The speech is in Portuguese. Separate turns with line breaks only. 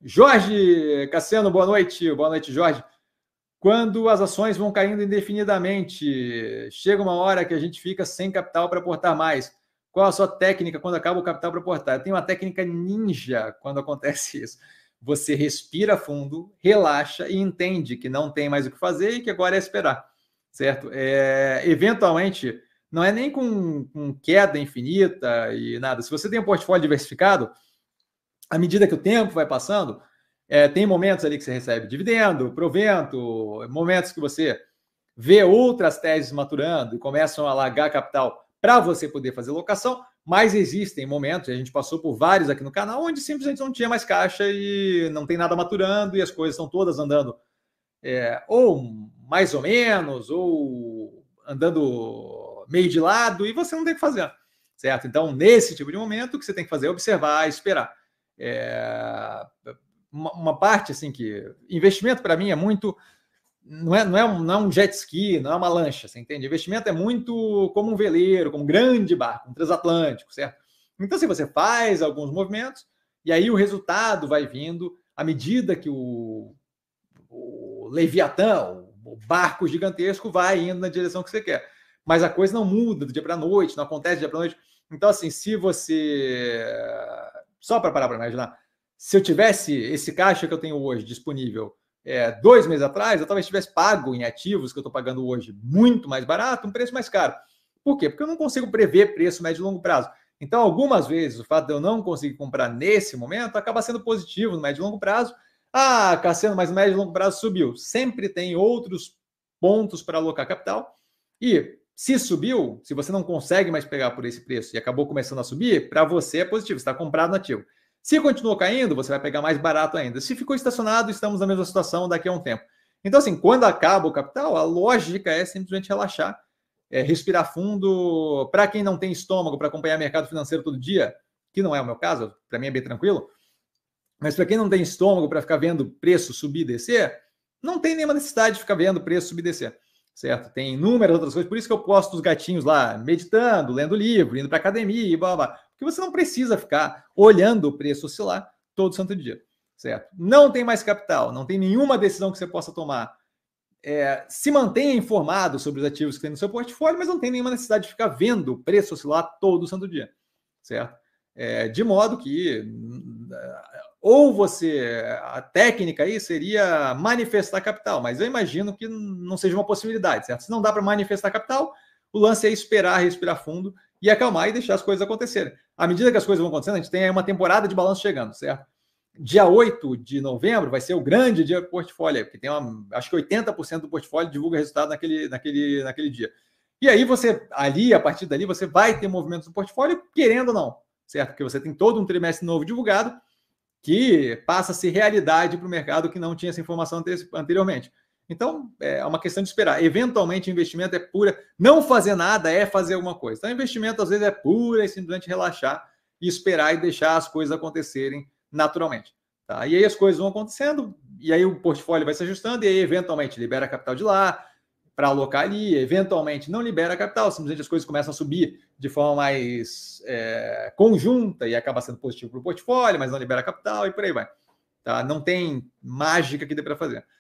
Jorge Cassiano, boa noite. Boa noite, Jorge. Quando as ações vão caindo indefinidamente, chega uma hora que a gente fica sem capital para aportar mais. Qual a sua técnica quando acaba o capital para aportar? Eu tenho uma técnica ninja quando acontece isso. Você respira fundo, relaxa e entende que não tem mais o que fazer e que agora é esperar, certo? Eventualmente, não é nem com queda infinita e nada. Se você tem um portfólio diversificado, à medida que o tempo vai passando, tem momentos ali que você recebe dividendo, provento, momentos que você vê outras teses maturando e começam a largar capital para você poder fazer locação, mas existem momentos, a gente passou por vários aqui no canal, onde simplesmente não tinha mais caixa e não tem nada maturando e as coisas estão todas andando ou mais ou menos, ou andando meio de lado, e você não tem o que fazer, certo? Então, nesse tipo de momento, o que você tem que fazer é observar, esperar. Uma parte assim que investimento para mim é muito não é um jet ski, não é uma lancha, você entende? Investimento é muito como um veleiro, como um grande barco, um transatlântico, certo? Então, se você faz alguns movimentos, e aí o resultado vai vindo à medida que o Leviatã, o barco gigantesco, vai indo na direção que você quer. Mas a coisa não muda do dia para a noite, não acontece do dia para a noite. Então, assim, se você. Só para parar para imaginar, se eu tivesse esse caixa que eu tenho hoje disponível 2 meses atrás, eu talvez tivesse pago em ativos que eu estou pagando hoje muito mais barato, um preço mais caro. Por quê? Porque eu não consigo prever preço médio e longo prazo. Então, algumas vezes, o fato de eu não conseguir comprar nesse momento acaba sendo positivo no médio e longo prazo. Ah, Cassiano, mas no médio e longo prazo subiu. Sempre tem outros pontos para alocar capital. E se subiu, se você não consegue mais pegar por esse preço e acabou começando a subir, para você é positivo, você está comprado no ativo. Se continuou caindo, você vai pegar mais barato ainda. Se ficou estacionado, estamos na mesma situação daqui a um tempo. Então, assim, quando acaba o capital, a lógica é simplesmente relaxar, respirar fundo. Para quem não tem estômago para acompanhar mercado financeiro todo dia, que não é o meu caso, para mim é bem tranquilo, mas para quem não tem estômago para ficar vendo preço subir e descer, não tem nenhuma necessidade de ficar vendo preço subir e descer, certo? Tem inúmeras outras coisas, por isso que eu posto os gatinhos lá meditando, lendo livro, indo para academia e blá, blá, blá. Porque você não precisa ficar olhando o preço oscilar todo santo dia, certo? Não tem mais capital, não tem nenhuma decisão que você possa tomar. Se mantenha informado sobre os ativos que tem no seu portfólio, mas não tem nenhuma necessidade de ficar vendo o preço oscilar todo santo dia, certo? De modo que ou você, a técnica aí seria manifestar capital, mas eu imagino que não seja uma possibilidade, certo? Se não dá para manifestar capital, o lance é esperar, respirar fundo e acalmar e deixar as coisas acontecerem. À medida que as coisas vão acontecendo, a gente tem aí uma temporada de balanço chegando, certo? Dia 8 de novembro vai ser o grande dia do portfólio, porque tem acho que 80% do portfólio divulga resultado naquele dia. E aí você, ali, a partir dali, você vai ter movimentos do portfólio, querendo ou não, certo? Porque você tem todo um trimestre novo divulgado, que passa a ser realidade para o mercado que não tinha essa informação anteriormente. Então, é uma questão de esperar. Eventualmente, investimento é pura. Não fazer nada é fazer alguma coisa. Então, investimento, às vezes, é pura e simplesmente relaxar e esperar e deixar as coisas acontecerem naturalmente. Tá? E aí as coisas vão acontecendo, e aí o portfólio vai se ajustando, e aí, eventualmente, libera capital de lá para alocar ali, eventualmente não libera capital, simplesmente as coisas começam a subir de forma mais conjunta e acaba sendo positivo para o portfólio, mas não libera capital e por aí vai. Tá? Não tem mágica que dê para fazer.